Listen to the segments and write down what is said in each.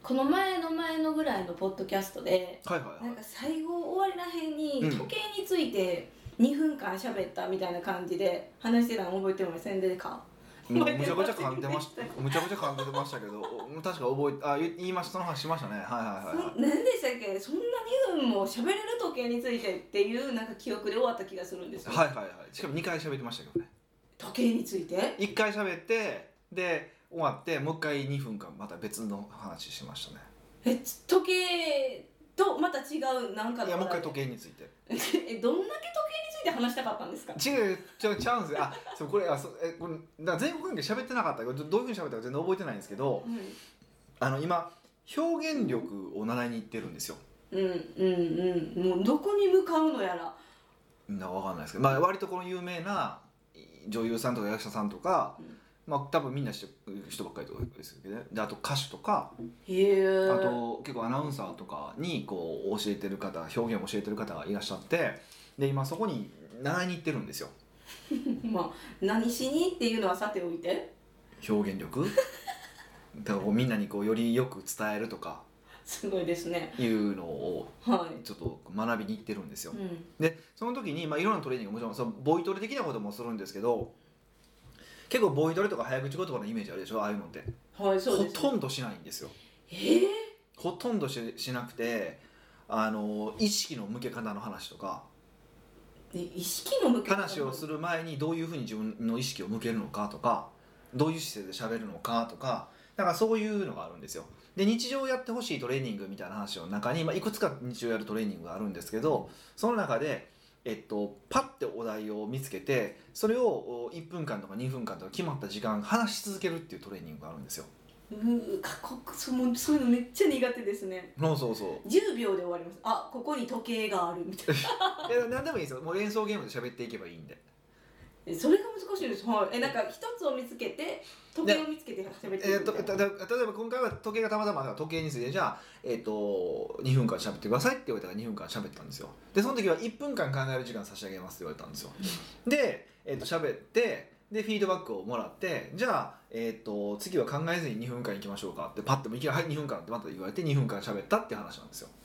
この前のぐらいのポッドキャストで、 はいはいはい、 なんか最後終わりらへんにうん時計について2分間喋ったみたいな感じで話してたの覚えてませんでか？ むちゃくちゃ噛んでましたむちゃくちゃ噛んでましたけど確か言いました、その話しましたね。はいはいはい、はい、 何でしたっけ？そんな2分も喋れる時計についてっていうなんか記憶で終わった気がするんですよ。 はいはいはい。しかも2回喋ってましたけどね。 時計について 1回喋ってで終わってもう1回2分間また別の話しましたね。 時計とまた違うなんかのいやもう一回時計についてどんだけ時計について話したかったんですか？ 違うちゃうんですよ。そうこれこれだから前後関係喋ってなかったからどういうふうに喋ったか全然覚えてないんですけど、今表現力を習いに行ってるんですよ。 もうどこに向かうのやら分かんないですけど、割とこの有名な女優さんとか役者さんとか、多分みんな知ってる人ばっかりですけどね。であと歌手とか、あと結構アナウンサーとかにこう教えてる方、表現を教えてる方がいらっしゃって、で今そこに習いに行ってるんですよ。 何しにっていうのはさておいて、 表現力だからみんなにこうよりよく伝えるとかすごいですねいうのをちょっと学びに行ってるんですよ。でその時にいろんなトレーニングもちろんそのボイトレ的なこともするんですけど、結構ボイトレとか早口言葉のイメージあるでしょ、ああいうのって。 はい、そうですね。 ほとんどしないんですよ。ほとんど しなくて、意識の向け方の話とか、 意識の向け方話をする前にどういうふうに自分の意識を向けるのかとか、どういう姿勢で喋るのかとか、だからそういうのがあるんですよ。で日常やってほしいトレーニングみたいな話の中に、いくつか日常やるトレーニングがあるんですけど、その中でパッてお題を見つけてそれを1分間とか2分間とか決まった時間話し続けるっていうトレーニングがあるんですよ。 過酷。そういうのめっちゃ苦手ですね。 そう 10秒で終わります。あ、ここに時計があるみたいな何でもいいですよ。もう連想ゲームで喋っていけばいいんで。 それが難しいです。はい。なんか一つを見つけて時計を見つけて喋っていくみたいな。 例えば今回は時計がたまたま時計についてじゃあ、2分間喋ってくださいって言われたから2分間喋ったんですよ。でその時は1分間考える時間差し上げますって言われたんですよ。で喋ってでフィードバックをもらって、じゃあ、次は考えずに2分間いきましょうかってパッといきなりはい2分間ってまた言われて2分間喋ったっていう話なんですよ。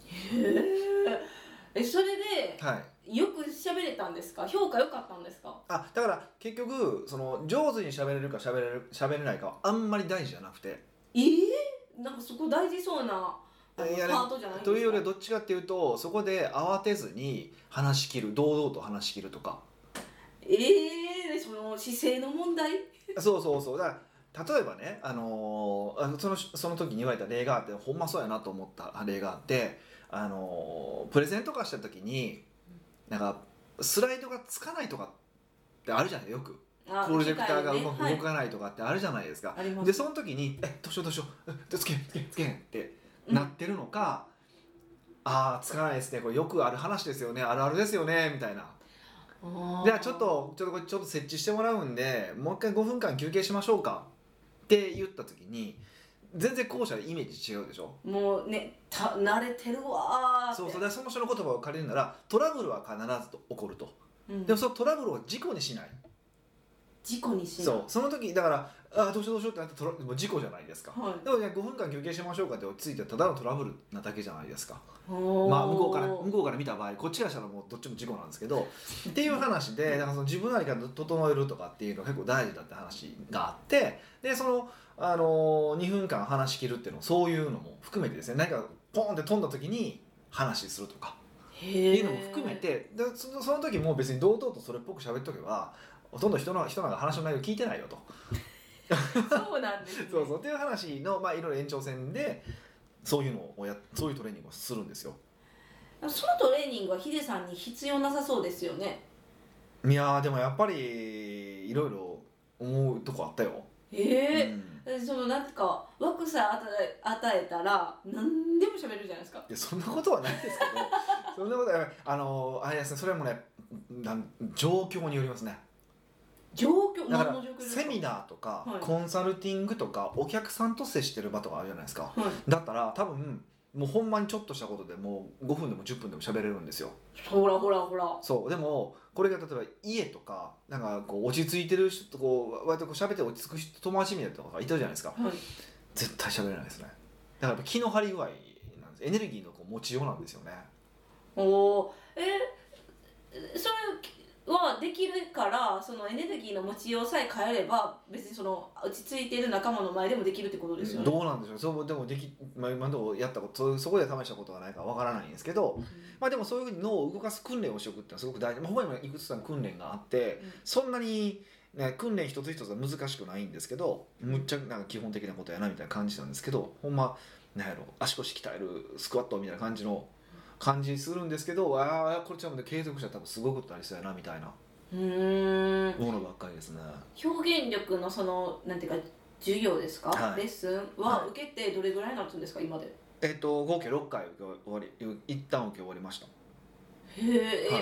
それで、 はい、 よく喋れたんですか？評価良かったんですか？ だから結局その上手に喋れるか喋れないかはあんまり大事じゃなくて、 なんかそこ大事そうなパートじゃないですか？ というよりはどっちかっていうと、そこで慌てずに話し切る、堂々と話し切るとか、 その姿勢の問題？ そうだから例えばね、その時に言われた例があって、ほんまそうやなと思った例があって、プレゼントとかした時になんかスライドがつかないとかってあるじゃない、よくプロジェクターがうまく動かないとかってあるじゃないですか。でその時にどうしようつけんってなってるのか、つかないですね、これよくある話ですよね、あるあるですよねみたいな。じゃあちょっと設置してもらうんでもう一回5分間休憩しましょうかって言った時に全然後者でイメージ違うでしょ。 もうね、慣れてるわーって。 そうその人の言葉を借りるならトラブルは必ず起こると、でもそのトラブルを事故にしない。その時だからどうしようってなってもう事故じゃないですか、でも5分間休憩しましょうかって落ち着いてただのトラブルなだけじゃないですか。向こうから見た場合こっちがしたらもうどっちも事故なんですけどっていう話で、だからその自分の在り方を整えるとかっていうのが結構大事だって話があって、でその2分間話し切るっていうのそういうのも含めてですね、何かポンって飛んだ時に話するとかいうのも含めて、でその時も別に堂々とそれっぽく喋っとけばほとんど人の話の内容聞いてないよとそうなんですねそうっていう話のいろいろ延長線でそういうそういうトレーニングをするんですよ。 そのトレーニングはヒデさんに必要なさそうですよね。 いやでもやっぱりいろいろ思うとこあったよ。 そのなんか枠さえ与えたら何でも喋るじゃないですか。 いやそんなことはないですけどそんなことはあれですね、それもね状況によりますね。だからセミナーとか、コンサルティングとかお客さんと接してる場とかあるじゃないですか、だったら多分もうほんまにちょっとしたことでもう5分でも10分でも喋れるんですよ。 ほらそうでもこれが例えば家とかなんかこう落ち着いてる人と割と喋って落ち着く人、友達みたいな人がいたじゃないですか、絶対喋れないですね。 だから気の張り具合なんです。エネルギーのこう持ちようなんですよね。 おそれはできるから、そのエネルギーの持ちようさえ変えれば別にその落ち着いている仲間の前でもできるってことですよね。 どうなんでしょう。そうでも今のところやったことそこで試したことがないからわからないんですけど、まあでもそういうふうに脳を動かす訓練をしておくってのはすごく大事。他にもいくつかの訓練があって、そんなにね、訓練一つ一つは難しくないんですけど、むっちゃなんか基本的なことやなみたいな感じなんですけど、ほんまなんやろ、足腰鍛えるスクワットみたいな感じするんですけど、これちゃんと継続したら多分すごいことになりそうやなみたいなものばっかりですね。 表現力のそのなんていうか授業ですか、はい、レッスンは受けてどれぐらいになるんですか今で。 合計6回一旦受け終わりました。 へえ、はい、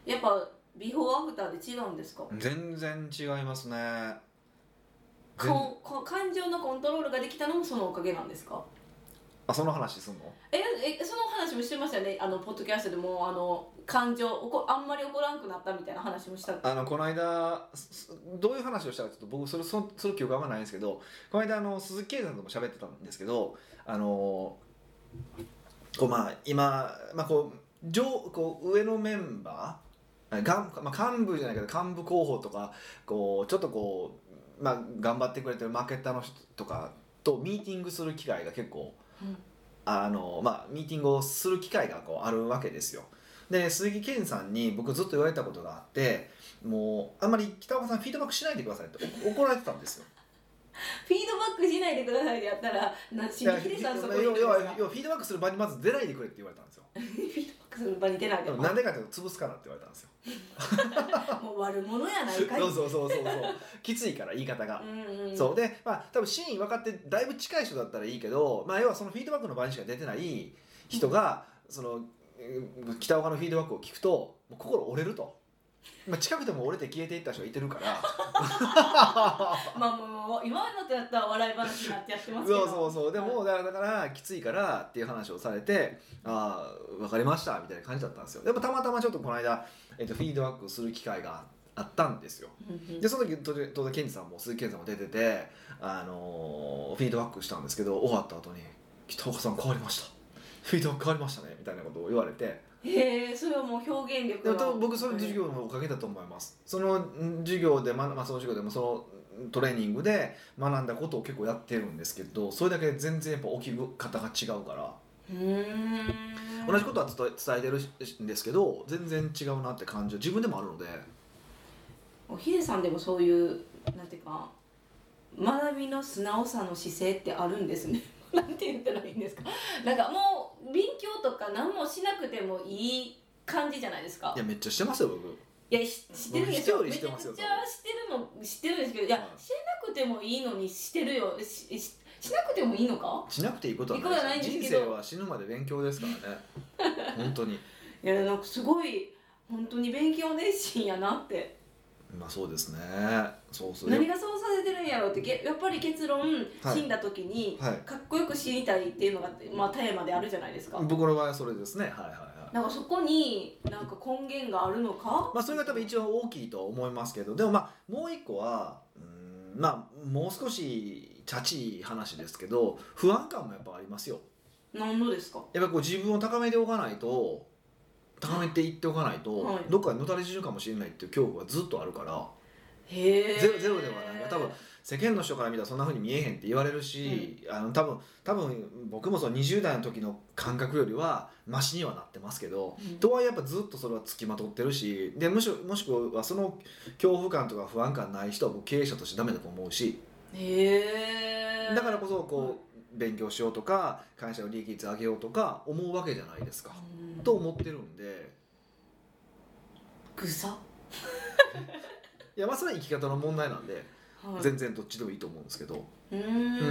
やっぱビフォーアフターで違うんですか？ 全然違いますね。 感情のコントロールができたのもそのおかげなんですか？ その話すんの？ その話もしてましたよね、ポッドキャストでも感情あんまり怒らんくなったみたいな話もした。 この間どういう話をしたかちょっと僕その記憶があんまないんですけど、この間鈴木圭さんとも喋ってたんですけど、こうまあ今、まあ、こう上のメンバー幹部じゃないけど幹部候補とかこうちょっとこう、まあ、頑張ってくれてるマーケッターの人とかとミーティングする機会が結構、まあ、ミーティングをする機会がこうあるわけですよ。で鈴木健さんに僕ずっと言われたことがあって、もうあんまり北岡さんフィードバックしないでくださいって怒られてたんですよ。 フィードバックしないでくださいってやったらヒデさんそこにいるんですか？ 要はフィードバックする場にまず出ないでくれって言われたんですよ。 フィードバックする場に出ないで。 なんでかっていうと潰すからって言われたんですよ。 もう悪者やないかい。 そうきついから言い方が。そうで、まあ多分真意分かってだいぶ近い人だったらいいけど、まあ要はそのフィードバックの場にしか出てない人が、その北岡のフィードバックを聞くともう心折れると。まあ、近くでも折れて消えていった人がいてるからまあもう今のってやったら笑い話になってやってますけどそうでもだからきついからっていう話をされて、分かりましたみたいな感じだったんですよ。でもたまたまちょっとこの間、フィードバックする機会があったんですよ。でその時当然ケンジさんも鈴木健さんも出てて、フィードバックしたんですけど、終わった後に「北岡さん変わりました、フィードバック変わりましたね」みたいなことを言われて。 それはもう表現力が。 僕その授業のおかげだと思います。その授業で、その授業でもそのトレーニングで学んだことを結構やってるんですけど、それだけ全然やっぱ起き方が違うから、同じことは伝えてるんですけど全然違うなって感じは自分でもあるので。 ヒデさんでもそういうなんていうか学びの素直さの姿勢ってあるんですね。なんて言ったらいいんですか。なんかもう勉強とか何もしなくてもいい感じじゃないですか。 いやめっちゃしてますよ僕。 いや知ってるんですよ。めちゃくちゃ知ってるんですけど、いやしなくてもいいのにしてるよ。しなくてもいいのか。 しなくていいことはないです。人生は死ぬまで勉強ですからね。本当に。いやなんかすごい本当に勉強熱心やなって。 まあそうですね。 何がそうさせてるんやろうってやっぱり結論、死んだ時にかっこよく死にたいっていうのが、まあ、テーマであるじゃないですか。 僕の場合はそれですね。 なんかそこになんか根源があるのか。 まあそれが多分一番大きいと思いますけど、でもまあもう一個はまあもう少しチャチい話ですけど、不安感もやっぱありますよ。 何のですか。 やっぱこう自分を高めておかないと。高めていっておかないと、どっかでのたれ死ぬかもしれないっていう恐怖がずっとあるから。ゼロではない。多分世間の人から見たらそんな風に見えへんって言われるし、多分僕もその20代の時の感覚よりはマシにはなってますけど、とはいえやっぱずっとそれはつきまとってるし、でもしくはその恐怖感とか不安感ない人は僕経営者としてダメだと思うし、だからこそこう勉強しようとか会社の利益率上げようとか思うわけじゃないですか。と思ってるんで。 ぐさいやまあそれは生き方の問題なんで、全然どっちでもいいと思うんですけど。 表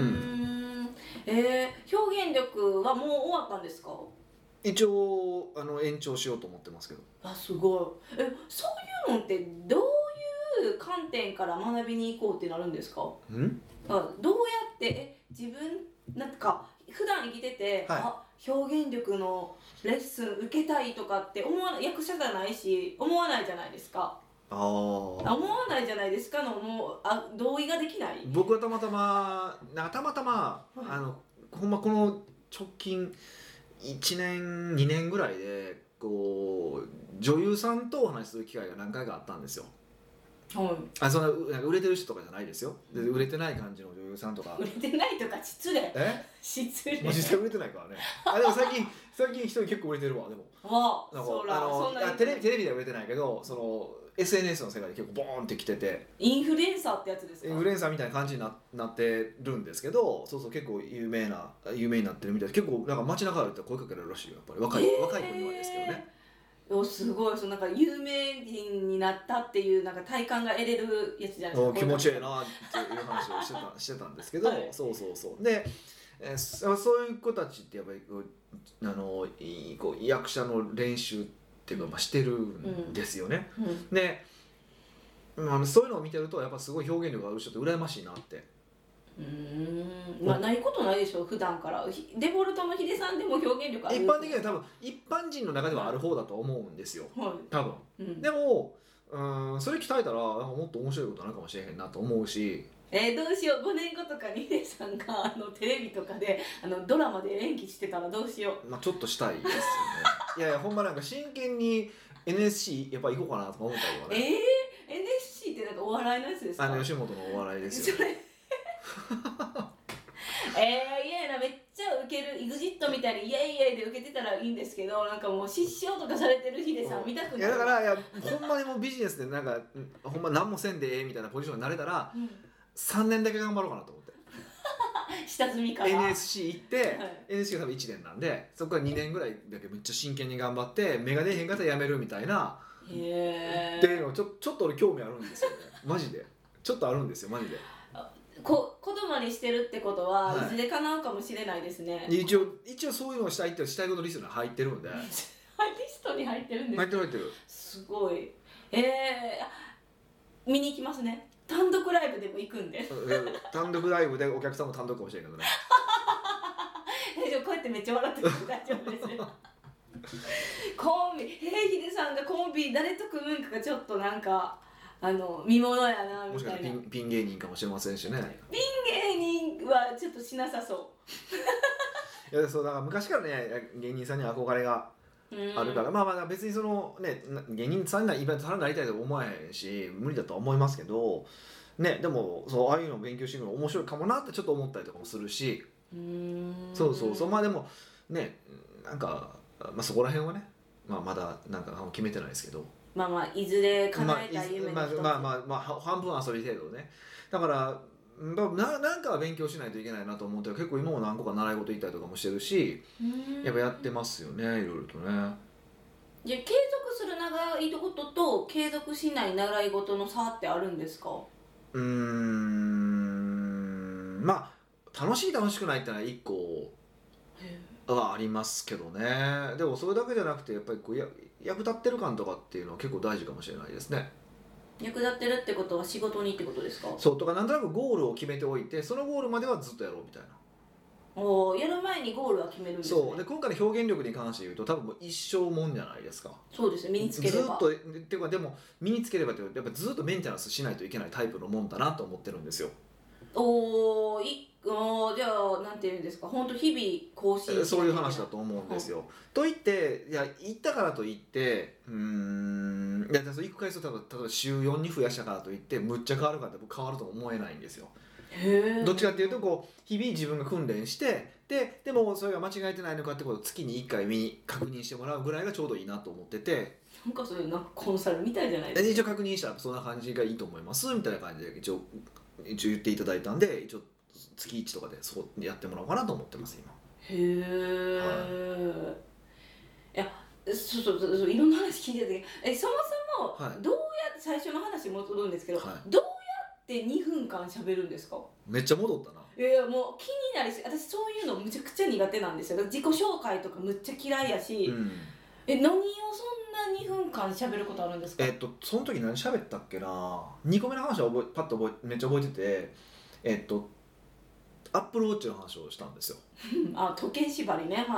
現力はもう終わったんですか。 一応延長しようと思ってますけど。 すごい。そういうのってどういう観点から学びに行こうってなるんですか。どうやって自分なんか普段生きてて、表現力のレッスン受けたいとかって役者じゃないし思わないじゃないですか。思わないじゃないですかの同意ができない。 僕はたまたまほんまこの直近1年2年ぐらいでこう女優さんとお話しする機会が何回かあったんですよ。そんななんか売れてる人とかじゃないですよ。で売れてない感じの女優さんとか。 売れてないとか失礼。失礼。 実際売れてないからね。でも最近一人結構売れてるわでも。テレビでは売れてないけど、その SNS の世界で結構ボーンってきてて。 インフルエンサーってやつですか。 インフルエンサーみたいな感じに なってるんですけど、そう結構有名になってるみたいで、結構なんか街中歩いて声かけられるらしいよ、やっぱり若い子にはですけどね。 すごい、なんか有名人になったっていうなんか体感が得れるやつじゃないですか。 気持ちいいなっていう話をしてたんですけど、はい、そうで、そういう子たちってやっぱりこう役者の練習っていうか、してるんですよね。で、そういうのを見てるとやっぱすごい表現力がある人って羨ましいなって。 ないことないでしょ普段から。デフォルトのヒデさんでも表現力ある。 一般的には多分一般人の中ではある方だと思うんですよ、はい、多分、でもそれ鍛えたらもっと面白いことなるかもしれへんなと思うし。 どうしよう、5年後とかにヒデさんがテレビとかでドラマで演技してたらどうしよう。 ちょっとしたいですよね。いやほんまなんか真剣に NSC やっぱ行こうかなとか思ったりとかね。 NSC ってなんかお笑いのやつですか。 吉本のお笑いですよね。 いやな、めっちゃウケる EXIT みたいにイエイイエイでウケてたらいいんですけど、なんかもう失笑とかされてるヒデさん見たくない。 だからほんまにもうビジネスでなんかほんま何もせんでええみたいなポジションになれたら、3年だけ頑張ろうかなと思って。 下積みから NSC 行って、はい、NSC が多分1年なんで、そこから2年ぐらいだけめっちゃ真剣に頑張って目が出へんかったらやめるみたいなっていうのをちょっと俺興味あるんですよね。マジでちょっとあるんですよマジで。 子供にしてるってことは、いずれ叶うかもしれないですね。 一応そういうのをしたいことリストに入ってるんで。 リストに入ってるんですか。 入ってる。 すごい。見に行きますね。単独ライブでも行くんで。 単独ライブでお客さんも単独かもしれないけどね。 こうやってめっちゃ笑ってるんで大丈夫ですよ。コンビ、ヒデさんがコンビ誰と組むんかがちょっとなんか見ものやなみたいな。もしかしたらピン芸人かもしれませんしね。 ピン芸人はちょっとしなさそう。 いやそうだから昔からね芸人さんに憧れがあるから、まあ別にそのね芸人さんにイベントさんになりたいと思えへんし無理だとは思いますけどね、でもそうああいうのを勉強していくの面白いかもなってちょっと思ったりとかもするし、そうまあでもねなんか、そこら辺はね、まだなんか決めてないですけど。 いずれ叶えた夢の一つ。 半分遊び程度ね。だからなんかは勉強しないといけないなと思って結構今も何個か習い事行ったりとかもしてるし、やっぱやってますよねいろいろとね。 じゃあ継続する習い事と継続しない習い事の差ってあるんですか？ 楽しい楽しくないってのは1個はありますけどね。でもそれだけじゃなくてやっぱりこう役立ってる感とかっていうのは結構大事かもしれないですね。 役立ってるってことは仕事にってことですか？ そうとかなんとなくゴールを決めておいてそのゴールまではずっとやろうみたいな。 やる前にゴールは決めるんですね。 そうで今回の表現力に関して言うと多分もう一生もんじゃないですか。 そうですね、身につければずっとっていうかでも身につければってやっぱずっとメンテナンスしないといけないタイプのもんだなと思ってるんですよ。 じゃあなんていうんですか、本当日々更新してそういう話だと思うんですよ。と言って行ったからといっていや行く回数例えば週4に増やしたからといってむっちゃ変わるかって僕変わると思えないんですよ。どっちかっていうとこう日々自分が訓練してでもそれが間違えてないのかってことを月に1回確認してもらうぐらいがちょうどいいなと思ってて。 なんかそれなんかコンサルみたいじゃないですか。 一応確認したらそんな感じがいいと思いますみたいな感じで一応言っていただいたんで一応月1とかでそうやってもらおうかなと思ってます今。 へえ、いやそういろんな話聞いてたけどそもそもどうやって最初の話戻るんですけど、どうやって2分間喋るんですか？ めっちゃ戻ったな。 いやもう気になりし私そういうのむちゃくちゃ苦手なんですよ。自己紹介とかむっちゃ嫌いやし、何をそんな2分間喋ることあるんですか？ その時何喋ったっけな。2個目の話はパッとめっちゃ覚えててアップルウォッチの話をしたんですよ。 時計縛りね。はい。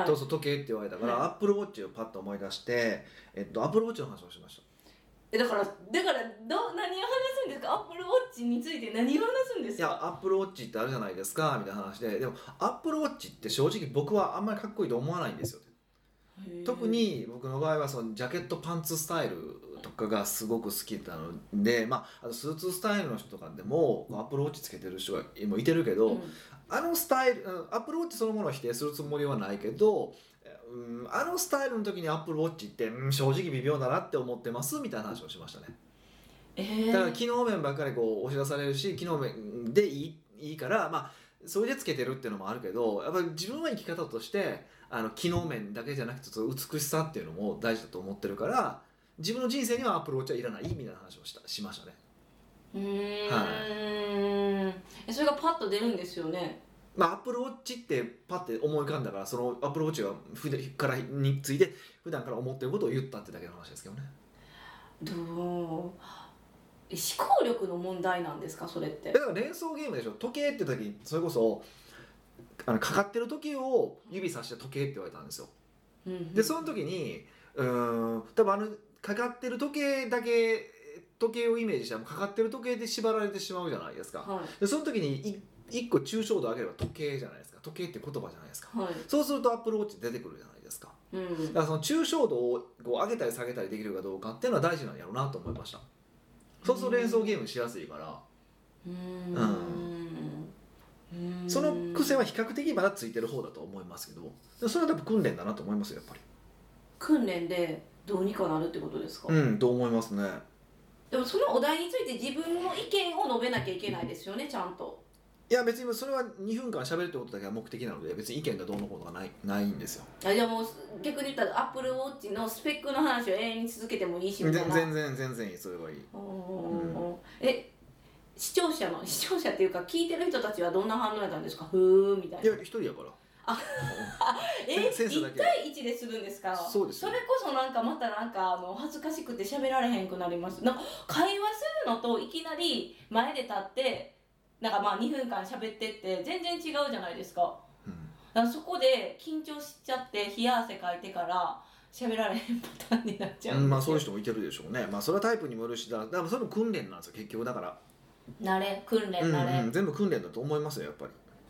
そう時計って言われたから、アップルウォッチをパッと思い出してアップルウォッチの話をしました。 だから何を話すんですか？アップルウォッチについて何を話すんですか？ いや、アップルウォッチってあるじゃないですかみたいな話で、でもアップルウォッチって正直僕はあんまりかっこいいと思わないんですよ。特に僕の場合はそのジャケットパンツスタイルとかがすごく好きなので、あとスーツスタイルの人とかでもアップルウォッチつけてる人がいてるけど、あのスタイル、アップルウォッチそのものを否定するつもりはないけど、あのスタイルの時にアップルウォッチって、正直微妙だなって思ってますみたいな話をしましたね。だから機能面ばっかりこう押し出されるし、機能面でいいから、それでつけてるっていうのもあるけど、やっぱり自分は生き方として機能面だけじゃなくて美しさっていうのも大事だと思ってるから、自分の人生にはアップルウォッチはいらないみたいな話をしましたね。 それがパッと出るんですよね。 アップルウォッチってパッて思い浮かんだから、そのアップルウォッチがからについて普段から思ってることを言ったってだけの話ですけどね。 思考力の問題なんですか、それって？ だから連想ゲームでしょ。時計って時にそれこそかかってる時計を指さして時計って言われたんですよ。でその時に多分かかってる時計だけ、時計をイメージしたらかかってる時計で縛られてしまうじゃないですか、でその時に一個抽象度上げれば時計じゃないですか。時計って言葉じゃないですか、そうするとアップルウォッチ出てくるじゃないですか、だからその抽象度をこう上げたり下げたりできるかどうかっていうのは大事なんやろうなと思いました。そうすると連想ゲームしやすいから、その癖は比較的まだついてる方だと思いますけど、それは多分訓練だなと思いますよ、やっぱり。 訓練でどうにかなるってことですか？ と思いますね。 でもそのお題について自分の意見を述べなきゃいけないですよね、ちゃんと。 いや別にそれは2分間喋るってことだけが目的なので、別に意見がどうのこうのがないんですよ。 じゃあもう逆に言ったらアップルウォッチのスペックの話を永遠に続けてもいいしみたいな。 全然いい、それはいい。 視聴者っていうか聞いてる人たちはどんな反応やったんですか？ふーみたいな。 いや一人やから。 1対1でするんですか？ そうです。 それこそまた恥ずかしくて喋られへんくなります。会話するのといきなり前で立って2分間喋ってって全然違うじゃないですか。だからそこで緊張しちゃって冷や汗かいてから喋られへんパターンになっちゃうんですよ。 そういう人もいてるでしょうね。それはタイプにもよるし、だからそれも訓練なんですよ結局。だから訓練全部訓練だと思いますよ、やっぱり。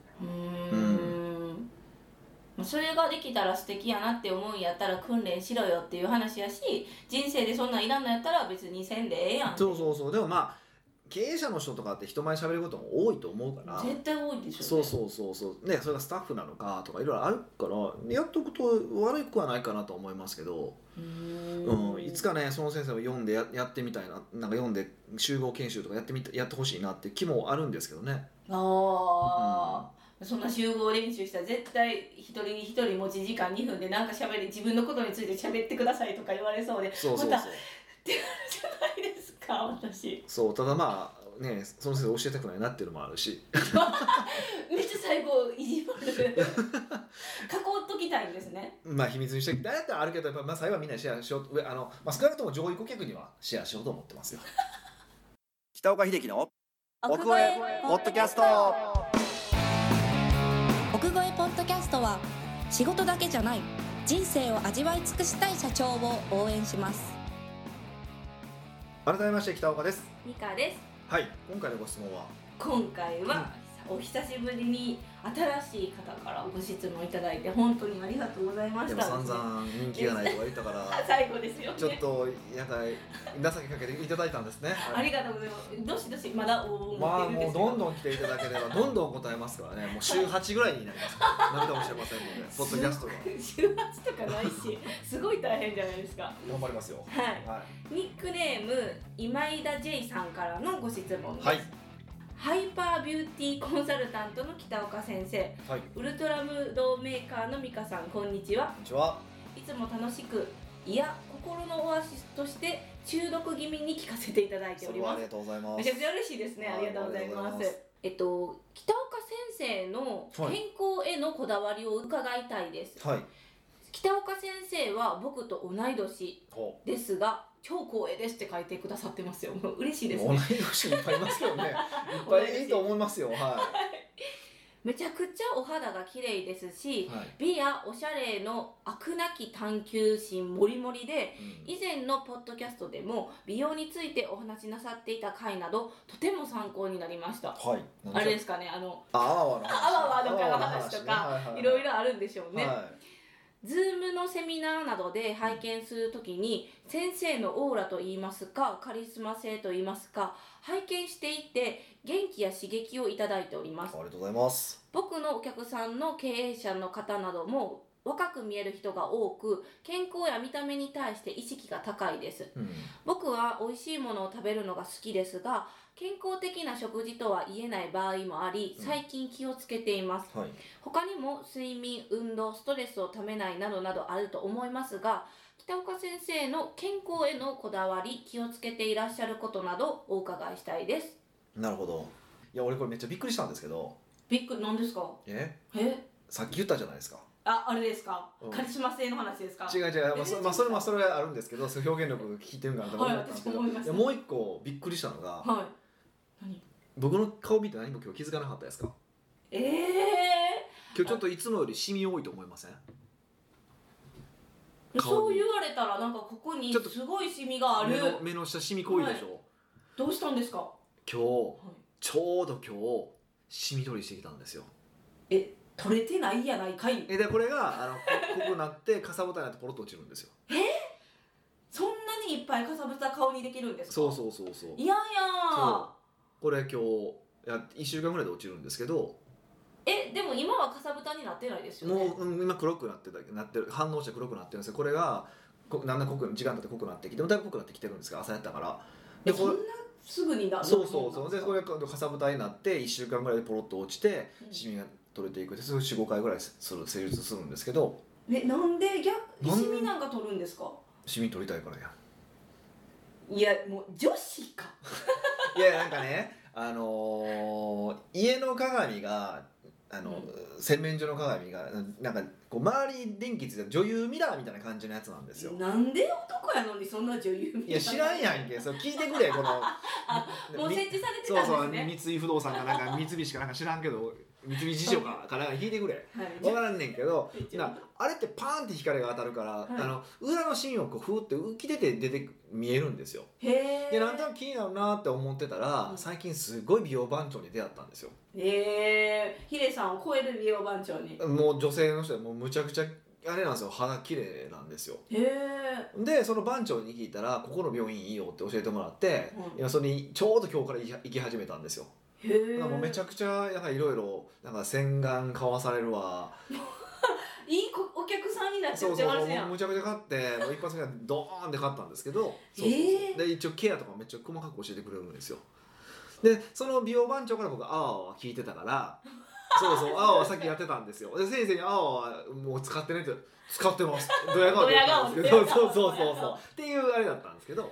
それができたら素敵やなって思うんやったら訓練しろよっていう話やし、人生でそんなんいらんのやったら別にせんでええやん。 そうでも経営者の人とかって人前喋ることも多いと思うから。 絶対多いでしょうね。 そうね、それがスタッフなのかとかいろいろあるからやっとくと悪くはないかなと思いますけど、いつかねその先生を読んで やってみたいな、読んで集合研修とかやってほしいなって気もあるんですけどね。 そんな集合練習したら絶対一人に一人持ち時間2分で自分のことについて喋ってくださいとか言われそうで、またってなるじゃないですか、私。 ただね、その先生教えたくないなっていうのもあるしめっちゃ最後意地悪囲っときたいんですね。 秘密にしてだったらあるけど、やっぱ最後はみんなシェアしよう、少なくとも上位顧客にはシェアしようと思ってますよ北岡秀樹の奥越えポッドキャスト。 奥越えポッドキャストは仕事だけじゃない人生を味わい尽くしたい社長を応援します。 改めまして北岡です。 ミカです。 はい、今回のご質問はお久しぶりに新しい方からご質問いただいて本当にありがとうございました。 でも散々人気がないとか言ったから最後ですよね。 ちょっと情けかけていただいたんですね。 ありがとうございます。どしどしまだ応募もうどんどん来ていただければどんどん答えますからね。もう週8ぐらいになりますから涙もしれませんのでポッドキャストが週8とかないしすごい大変じゃないですか。 頑張りますよ。 ニックネーム今井田 J さんからのご質問です。ハイパービューティーコンサルタントの北岡先生、ウルトラムードメーカーの美香さん、こんにちは。いつも楽しく心のオアシスとして中毒気味に聞かせていただいております。 ありがとうございます。 めちゃくちゃ嬉しいですね。ありがとうございます。北岡先生の健康へのこだわりを伺いたいです。北岡先生は僕と同い年ですが超光栄ですって書いてくださってますよ。嬉しいですね。 同い年いっぱいいますけどねいっぱいいいと思いますよ。 めちゃくちゃお肌が綺麗ですし、美やおしゃれの飽くなき探求心もりもりで、以前のポッドキャストでも美容についてお話しなさっていた回などとても参考になりました。あれですかね、 あわわの話とかいろいろあるんでしょうね。ズームのセミナーなどで拝見するときに、先生のオーラといいますかカリスマ性といいますか拝見していて元気や刺激をいただいております。 ありがとうございます。 僕のお客さんの経営者の方なども若く見える人が多く、健康や見た目に対して意識が高いです、僕は美味しいものを食べるのが好きですが、健康的な食事とは言えない場合もあり、最近気をつけています、他にも睡眠、運動、ストレスをためないなどなどあると思いますが、北岡先生の健康へのこだわり、気をつけていらっしゃることなどお伺いしたいです。 なるほど。いや俺これめっちゃびっくりしたんですけど。 何ですか？ さっき言ったじゃないですか。 あれですか、カリスマ性の話ですか？ 違う、それはあるんですけど、その表現力聞いてるからと思ったんですけど、もう一個びっくりしたのが、何？僕の顔見て何も今日気づかなかったですか？今日ちょっといつもよりシミ多いと思いません？ そう言われたらなんかここにすごいシミがある。 目の下シミ濃いでしょ、 どうしたんですか？ 今日、ちょうど今日シミ取りしてきたんですよ。 取れてないやないかい。 でこれが濃くなってかさぶたになってポロッと落ちるんですよ。 そんなにいっぱいかさぶた顔にできるんですか？ そう。 いやこれ今日1週間ぐらいで落ちるんですけど、 でも今はかさぶたになってないですよね。 もう、今黒くなってる、反応して黒くなってるんですよ。これがだんだん時間経って濃くなってきて、だいぶ濃くなってきてるんですが、朝やったから。 そんなすぐになる？ そうでこれがかさぶたになって1週間ぐらいでポロッと落ちて、シミが取れていく。で 4,5 回ぐらい成立するんですけど。 なんでシミなんか取るんですか？ シミ取りたいからや。 いやもう女子か。 いやなんかね、家の鏡が洗面所の鏡がなんかこう周り電気ついた女優ミラーみたいな感じのやつなんですよ。 なんで男やのにそんな女優ミラー？ いや知らんやんけ。そう聞いてくれこのもう設置されてたんですね。 三井不動産かなんか三菱かなんか知らんけど、三菱地所かなんか聞いてくれ。分からんねんけど、あれってパーンって光が当たるから、裏のシーンをこうふーって浮き出て見えるんですよ。でなんとなく気になるなって思ってたら、最近すごい美容番長に出会ったんですよ。 ヒデさんを超える美容番長に。 もう女性の人はもうむちゃくちゃあれなんですよ、肌綺麗なんですよ。でその番長に聞いたら、ここの病院いいよって教えてもらって、それにちょうど今日から行き始めたんですよ。もうめちゃくちゃいろいろ洗顔買わされるわ。 いいお客さんになっちゃってますやん。 むちゃくちゃ買って、もう一発目はドーンって買ったんですけど、で一応ケアとかめっちゃ細かく教えてくれるんですよ。でその美容番長から僕はアワは聞いてたから、アワはさっきやってたんですよ。で先生にアワはもう使ってねって、使ってますドヤ顔って言ったんですけど、そうっていうあれだったんですけど。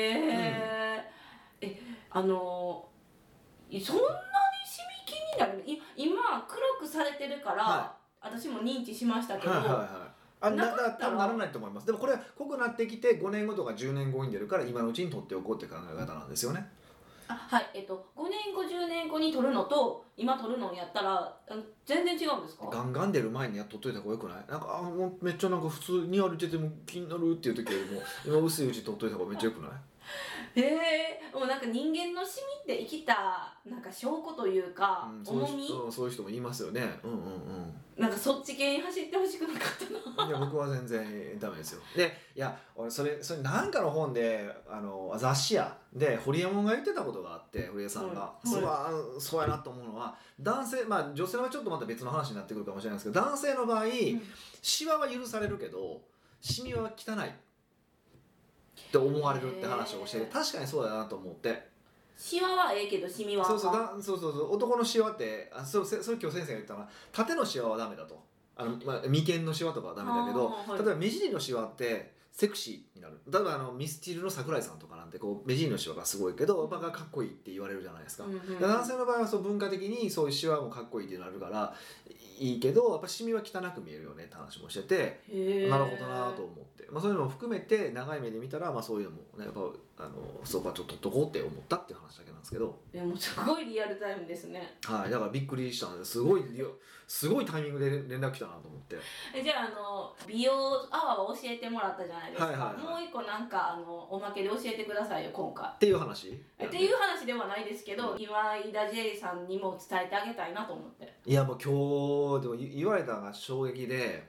そんなにシミ気になる？今黒くされてるから、私も認知しましたけど、 多分ならないと思います。でもこれは濃くなってきて5年後とか10年後に出るから、今のうちに取っておこうっていう考え方なんですよね。 5年後10年後に取るのと今取るのやったら全然違うんですか？ ガンガン出る前に取っといた方がよくない？なんかもうめっちゃなんか普通に歩いてても気になるっていう時よりも今薄いうち取っといた方がめっちゃよくない？ もうなんか人間のシミって生きたなんか証拠というか、重み、 そういう人もいますよね。 なんかそっち系に走ってほしくなかったな。 いや僕は全然ダメですよ。でいや俺それなんかの本で雑誌やで堀江門が言ってたことがあって、堀江さんが、そうやなと思うのは、男性女性はちょっとまた別の話になってくるかもしれないですけど、男性の場合、シワは許されるけどシミは汚いって思われるって話をしてて、確かにそうだなと思って。 シワはけどシミはそう男のシワってそれ今日先生が言ったのは、縦のシワはダメだと、眉間のシワとかはダメだけど、例えば目尻のシワってセクシーになる。例えばミスチルの桜井さんとかなんてこう目尻のシワがすごいけど、かっこいいって言われるじゃないですか、男性の場合はそう文化的にそういうシワもかっこいいってなるからいいけど、やっぱシミは汚く見えるよねって話もしてて、なるほどなと思って、そういうのも含めて長い目で見たら、そういうのもねやっぱそこはちょっと取っとこうって思ったっていう話だけなんですけど。 でもすごいリアルタイムですね。 はい、だからびっくりしたんですごいタイミングで連絡来たなと思って。 じゃあ美容アワーを教えてもらったじゃないですか、もう一個なんかおまけで教えてくださいよ今回っていう話っていう話ではないですけど、今井田 J さんにも伝えてあげたいなと思って。 いやもう今日でも言われたのが衝撃で、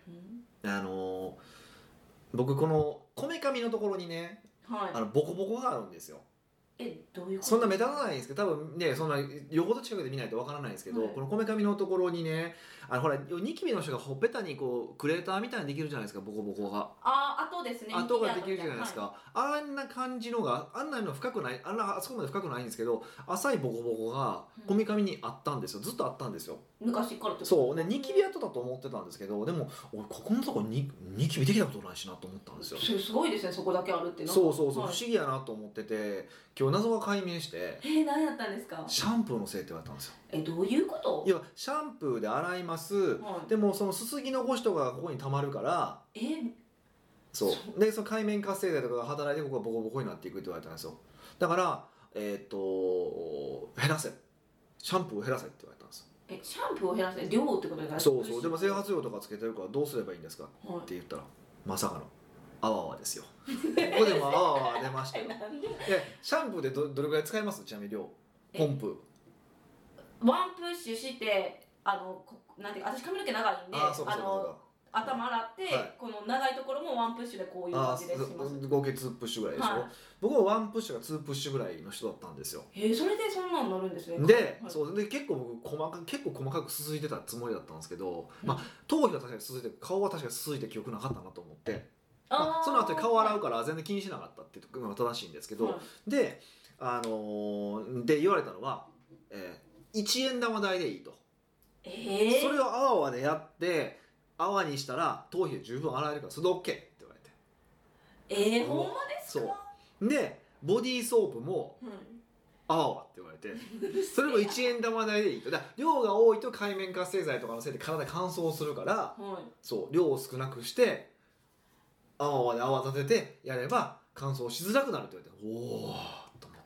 僕このこめかみのところにね、ボコボコがあるんですよ。 どういうこと？ そんな目立たないんですけど、多分ねそんな横と近くで見ないとわからないんですけど、このこめかみのところにね、ほらニキビの人がほっぺたにこうクレーターみたいにできるじゃないですか、ボコボコが。 跡ですね。 跡ができるじゃないですか。あんな感じのがあんなの深くない、あそこまで深くないんですけど、浅いボコボコがこめかみにあったんですよ。ずっとあったんですよ。 昔からってこと？ そうね、ニキビ跡だと思ってたんですけど、でも俺ここのとこにニキビできたことないしなと思ったんですよ。 すごいですね、そこだけあるっていうの。 そう、不思議やなと思ってて、今日謎が解明して。 何やったんですか？ シャンプーのせいって言われたんですよ。 どういうこと？ いやシャンプーで洗います、でもそのすすぎ残しとかがここにたまるから、そうでその界面活性剤とかが働いてここがボコボコになっていくって言われたんですよ。だから減らせ、シャンプーを減らせって言われたんですよ。 シャンプーを減らせ、量ってことじゃない？ そうでも整髪料とかつけてるからどうすればいいんですか、って言ったらまさかのあわあわですよ。ここでもあわあわ出ましたよ。シャンプーでどれぐらい使います？ちなみに量ポンプワンプッシュしてなんていうか、私髪の毛長いんで、頭洗って、この長いところもワンプッシュでこういう感じでします。 合計2プッシュぐらいでしょ、僕はワンプッシュが2プッシュぐらいの人だったんですよ。 それでそんなんなるんですね。 そうで結構僕結構細かくすすいてたつもりだったんですけど、頭皮は確かにすすいて、顔は確かにすすいて記憶なかったなと思って、その後に顔洗うから全然気にしなかったっていうのが正しいんですけど、で言われたのは、1円玉代でいいと、それをあわあわでやって泡にしたら頭皮で十分洗えるからそれで OK って言われて、 ほんまですか？ そうでボディーソープもあわあわって言われてそれも1円玉代でいいと。だから量が多いと界面活性剤とかのせいで体乾燥するから、そう量を少なくしてあわあわで泡立ててやれば乾燥しづらくなるって言われて、おおと思って、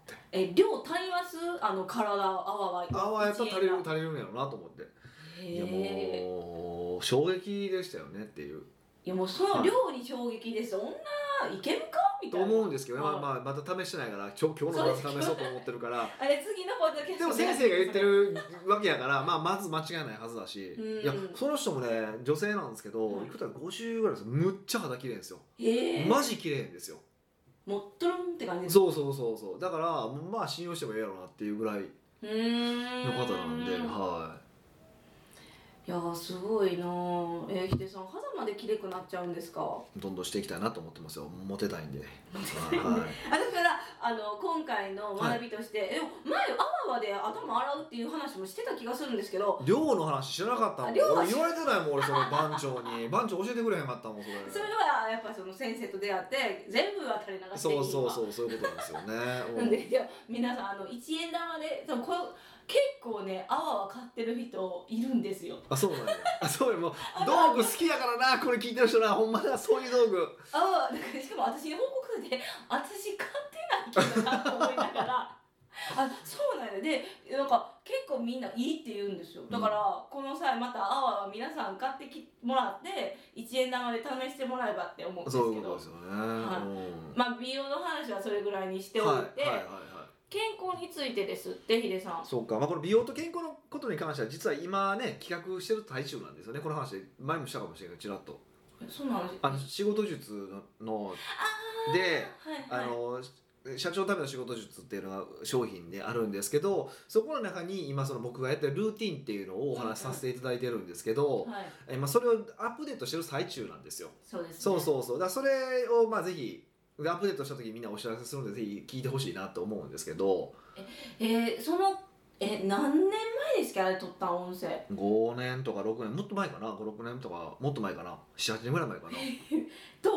量足ります？体あわわやったら足りるんやろうなと思って、いやもう衝撃でしたよねっていう。 いやもうその量に衝撃です。そんないけるかみたいなと思うんですけどね、また試してないから今日の試そうと思ってるから次のポッドキャストでも先生が言ってるわけやから、まず間違いないはずだし、いやその人もね女性なんですけど、いくら50ぐらいですよ。むっちゃ肌綺麗ですよ。マジ綺麗ですよ。 もっとろんって感じです。 そうだから信用してもいいやろうなっていうぐらいの方なんで、いやすごいな。ヒデさん、肌まで綺麗くなっちゃうんですか？ どんどんしていきたいなと思ってますよ。モテたいんで。 だから今回の学びとして、前あわわで頭洗うっていう話もしてた気がするんですけど、 量の話知らなかったもん。言われてないもん俺、その番長に番長教えてくれへんかったもんそれ。 それはやっぱその先生と出会って全部は垂れ流していい。 そういうことなんですよね。 なんで皆さん1円玉で結構ねあわわ買ってる人いるんですよ。 そうなんや。そうよ、もう道具好きやからな、これ聞いてる人な、ほんまだそういう道具。 だからしかも私に報告で私買ってないけどなと思いながらそうなんやで、なんか結構みんないいって言うんですよ。だから、この際またあわわ皆さん買ってもらって1円玉で試してもらえばって思うんですけど。 そういうことですよね。 美容の話はそれぐらいにしておいて、健康についてですってヒデさん。 そうか、この美容と健康のことに関しては実は今ね企画してる最中なんですよね。この話前もしたかもしれないけどちらっと。 そうなんです。 仕事術ので、社長のための仕事術っていうのが商品であるんですけど、そこの中に今その僕がやってるルーティンっていうのをお話しさせていただいてるんですけど、それをアップデートしてる最中なんですよ。 そうですね。 だからそれをぜひアップデートした時にみんなお知らせするのでぜひ聞いてほしいなと思うんですけど、 何年前ですかあれ撮った音声。 5年とか6年もっと前かな、56年とかもっと前かな、7、8年ぐらい前かなと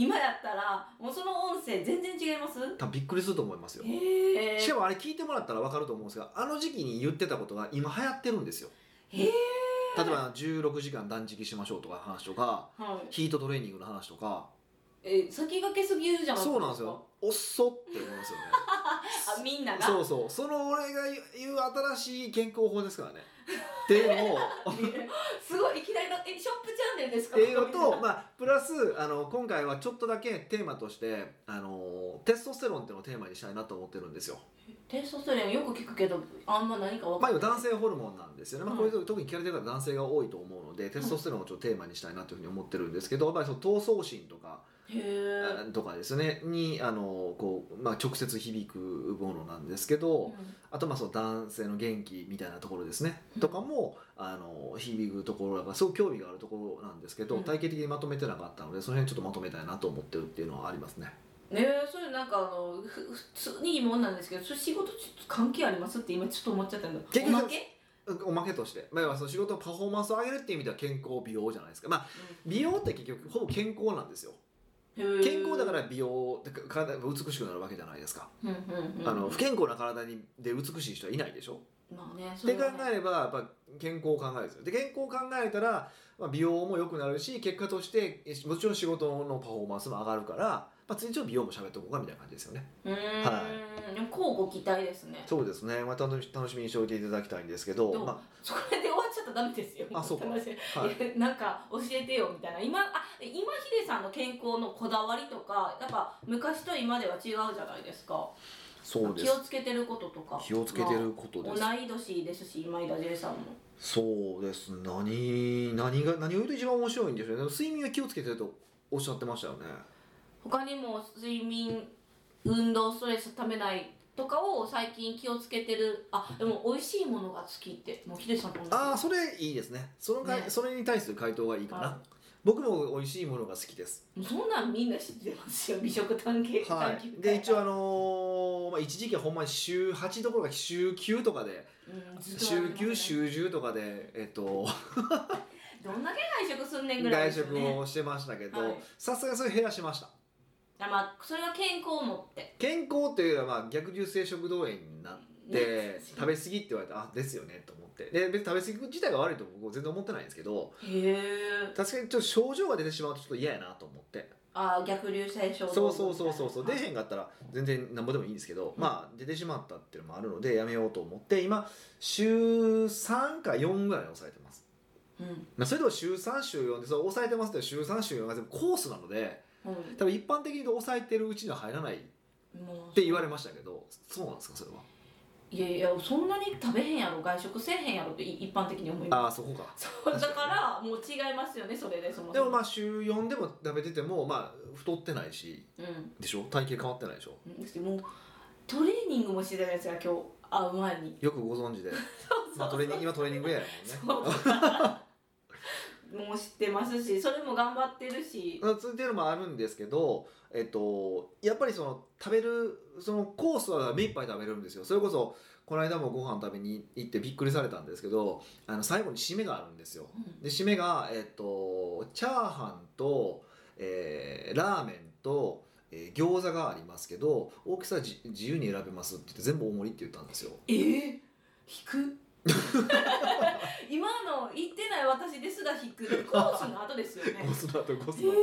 今やったらもうその音声全然違います？ 多分びっくりすると思いますよ。しかもあれ聞いてもらったら分かると思うんですが、あの時期に言ってたことが今流行ってるんですよ。例えば16時間断食しましょうとか話とか、ヒートトレーニングの話とか。 先駆けすぎるじゃないですか。 そうなんですよ。おっそって思いますよね。 あ、みんなが。 そうそう。その俺が言う新しい健康法ですからね。っていうのをすごいいきなりのショップチャンネルですか？ っていうのと、プラス今回はちょっとだけテーマとしてテストステロンっていうのをテーマにしたいなと思ってるんですよ。 テストステロンよく聞くけどあんま何か分かんない。 男性ホルモンなんですよね。これ特に聞かれてる方男性が多いと思うので、テストステロンをちょっとテーマにしたいなというふうに思ってるんですけど、やっぱりその闘争心とかとかですねに直接響くものなんですけど、あとその男性の元気みたいなところですね、とかも響くところだからすごく興味があるところなんですけど、体系的にまとめてなかったのでその辺ちょっとまとめたいなと思ってるっていうのはありますね。 それなんか普通に疑問なんですけど、それ仕事ちょっと関係ありますって今ちょっと思っちゃったんだ。 おまけとして、その仕事のパフォーマンスを上げるっていう意味では健康美容じゃないですか。美容って結局ほぼ健康なんですよ。健康だから美容体が美しくなるわけじゃないですか。不健康な体で美しい人はいないでしょ。って考えればやっぱ健康を考えるんですよ。で健康を考えたら美容も良くなるし、結果としてもちろん仕事のパフォーマンスも上がるから、次にちょっと美容も喋っておこうかみたいな感じですよね。 交互期待ですね。 そうですね。楽しみにしておいていただきたいんですけど、 それで終わっちゃったらダメですよ。 そうか。 なんか教えてよみたいな。今ヒデさんの健康のこだわりとか、やっぱ昔と今では違うじゃないですか。 そうです。 気をつけてることとか。 気をつけてることです。 同い年ですし、今井田 J さんも。 そうです。何を言うと一番面白いんでしょうね。睡眠は気をつけてるとおっしゃってましたよね。 他にも睡眠、運動、ストレスためないとかを最近気をつけてる。でも美味しいものが好きってもうヒデさんと同じ。 それいいですね。それに対する回答がいいかな。僕も美味しいものが好きです。 そんなんみんな知ってますよ。美食探求で一応一時期はほんまに週8どころか週9とかで、週9週10とかでどんだけ外食すんねんぐらいですよね。 外食をしてましたけど、さすがにそれ減らしました。 それは健康をもって。 健康っていうのは逆流性食道炎になって食べ過ぎって言われてですよねと思って、で別に食べ過ぎ自体が悪いと僕全然思ってないんですけど、確かにちょっと症状が出てしまうとちょっと嫌やなと思って。 逆流性食道炎。 そう出へんかったら全然なんぼでもいいんですけど、出てしまったっていうのもあるのでやめようと思って今週3か4ぐらい抑えてます。それでも週3週4で抑えてますって週3週4が全部コースなので、多分一般的に抑えてるうちには入らないって言われましたけど、そうなんですかそれは。 いやそんなに食べへんやろ、外食せえへんやろって一般的に思います。 そこか。 だからもう違いますよね、それで。 でも週4でも食べてても太ってないし、でしょ、体型変わってないでしょ。 もうトレーニングもしてたやつが今日会う前によくご存知で今トレーニングやもんね。 もう知ってますし、それも頑張ってるしっていうのもあるんですけど、やっぱり食べるコースは目いっぱい食べれるんですよ。それこそこの間もご飯食べに行ってびっくりされたんですけど、最後に締めがあるんですよ。で締めがチャーハンと、ラーメンと、餃子がありますけど大きさ自由に選べますって言って全部大盛りって言ったんですよ。 引く今の言ってない私ですら引く。コースの後ですよね。 コースの後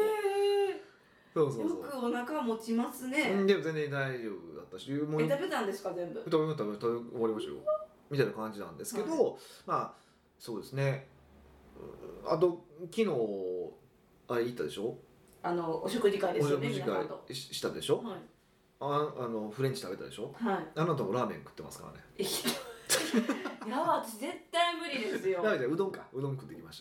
そうよくお腹持ちますね。 でも全然大丈夫だったし、 食べたんですか全部。 食べ終わりましたよみたいな感じなんですけど、そうですね。あと昨日行ったでしょ。 お食事会ですよね。 お食事会したでしょ。フレンチ食べたでしょ。あなたもラーメン食ってますからね。 いや私絶対無理ですよ。 うどん食ってきました。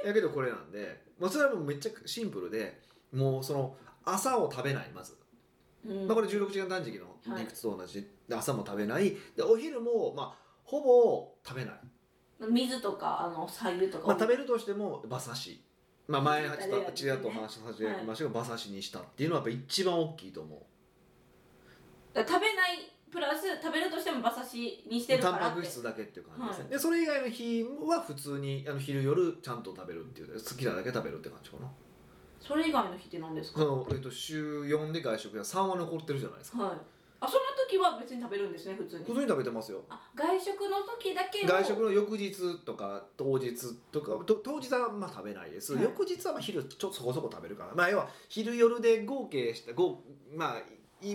やけどこれなんで、それはもうめっちゃシンプルで、もう朝を食べないまず。これ16時間断食の理屈と同じで、朝も食べないで、お昼もほぼ食べない。 水とか白湯とか。 食べるとしても馬刺し。前あちらと話しさせていただきましたが、馬刺しにしたっていうのはやっぱ一番大きいと思う。 食べないプラス食べるとしても馬刺しにしてるからって。 タンパク質だけっていう感じですね。でそれ以外の日は普通に昼夜ちゃんと食べるっていう、好きなだけ食べるって感じかな。 それ以外の日って何ですか？ 週4で外食が3は残ってるじゃないですか。 はい。その時は別に食べるんですね、普通に。 普通に食べてますよ。 外食の時だけ外食の翌日とか当日とか、当日はまあ食べないです、はい、翌日はまあ昼そこそこ食べるから、まあ、要は昼夜で合計したまあ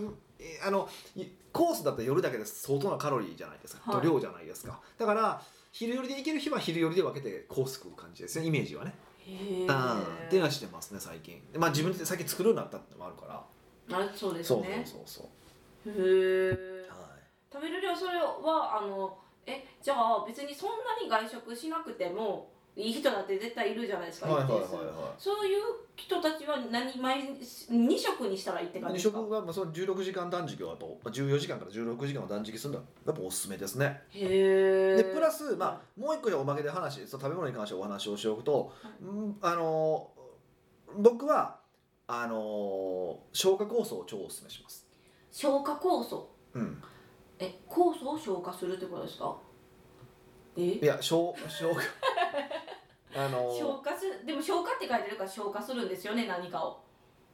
コースだと夜だけで相当なカロリーじゃないですか、はい、と量じゃないですか。だから昼夜でいける日は昼夜で分けてコース食う感じですね、イメージはね。っていうのはしてますね最近。まあ自分で先作るようになったってのもあるから。 そうですね。 そうへえ、はい、食べる量、それはじゃあ別にそんなに外食しなくてもいい人だって絶対いるじゃないですか。そういう人たちは2食にしたらいいって感じですか？2食はその16時間断食は14時間から16時間を断食するのはやっぱおすすめですね。 へえ。 でプラス、もう一個おまけで食べ物に関してお話をしておくと、僕は消化酵素を超おすすめします。 消化酵素、酵素を消化するってことですか？いや消化消化する。でも消化って書いてるから消化するんですよね、何かを。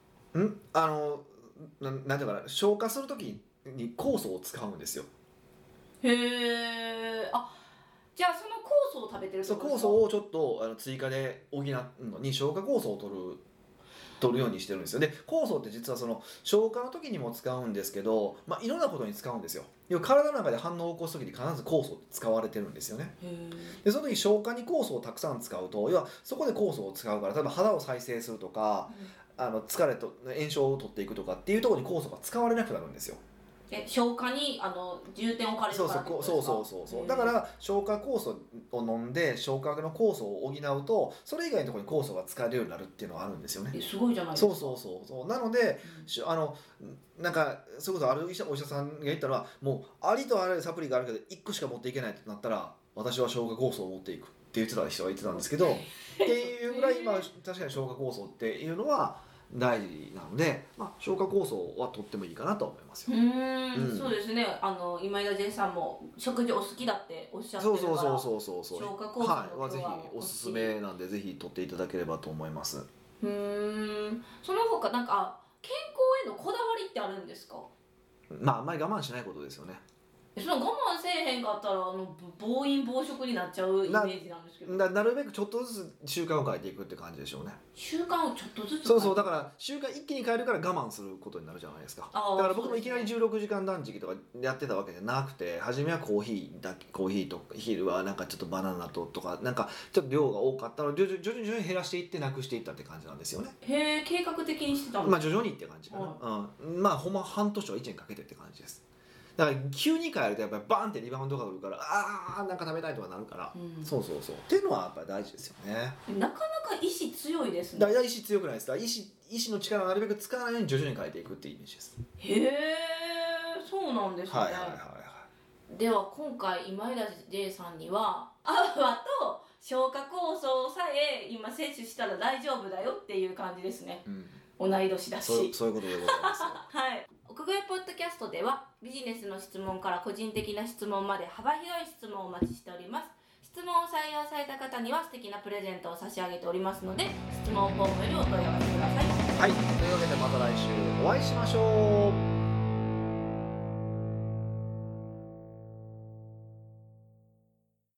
なんていうかな、消化するときに酵素を使うんですよ。 へえ。じゃあその酵素を食べてるってことですか？ 酵素をちょっと追加で補うのに消化酵素を取るようにしてるんですよ。で酵素って実はその消化の時にも使うんですけど、いろんなことに使うんですよ。体の中で反応を起こす時に必ず酵素って使われてるんですよね。でその時消化に酵素をたくさん使うと、要はそこで酵素を使うから、例えば肌を再生するとか、疲れと炎症を取っていくとかっていうところに酵素が使われなくなるんですよ。 消化に重点を置かれるからってことですか？ そうだから消化酵素を飲んで消化の酵素を補うと、それ以外のところに酵素が使えるようになるっていうのはあるんですよね。 すごいじゃないですか。 そうなので、なんかそういうことあるお医者さんが言ったのは、もうありとあらゆるサプリがあるけど1個しか持っていけないってなったら、私は消化酵素を持っていくって言ってた人が言ってたんですけどっていうぐらい今確かに消化酵素っていうのは大事なので、消化酵素はとってもいいかなと思いますよ。 そうですね。今井田 J さんも食事お好きだっておっしゃってるから、消化酵素の量はぜひおすすめなんで、ぜひ取っていただければと思います。 その他なんか健康へのこだわりってあるんですか？ あんまり我慢しないことですよね。 その我慢せえへんかったら暴飲暴食になっちゃうイメージなんですけど、 なるべくちょっとずつ習慣を変えていくって感じでしょうね。 習慣をちょっとずつそうだから習慣一気に変えるから我慢することになるじゃないですか。だから僕もいきなり16時間断食とかやってたわけじゃなくて、初めはコーヒーとか昼はなんかちょっとバナナとかなんかちょっと量が多かったので徐々に減らしていってなくしていったって感じなんですよね。 へえ、計画的にしてたんですか？ 徐々にって感じかな。ほんま半年は1年かけてって感じです。だから急に変えるとやっぱりバーンってリバウンドが来るから、なんか食べたいとかなるから、そうっていうのはやっぱり大事ですよね。 なかなか意志強いですね。 だから意志強くないですか？意志の力をなるべく使わないように徐々に変えていくっていうイメージです。 へえ、そうなんですね。では今回今井田 J さんには泡と消化酵素さえ今摂取したら大丈夫だよっていう感じですね。同い年だし。 そういうことでございますよ。 はい。奥越ポッドキャストではビジネスの質問から個人的な質問まで幅広い質問をお待ちしております。質問を採用された方には素敵なプレゼントを差し上げておりますので、質問フォームよりお問い合わせください。 はい。というわけでまた来週お会いしましょう。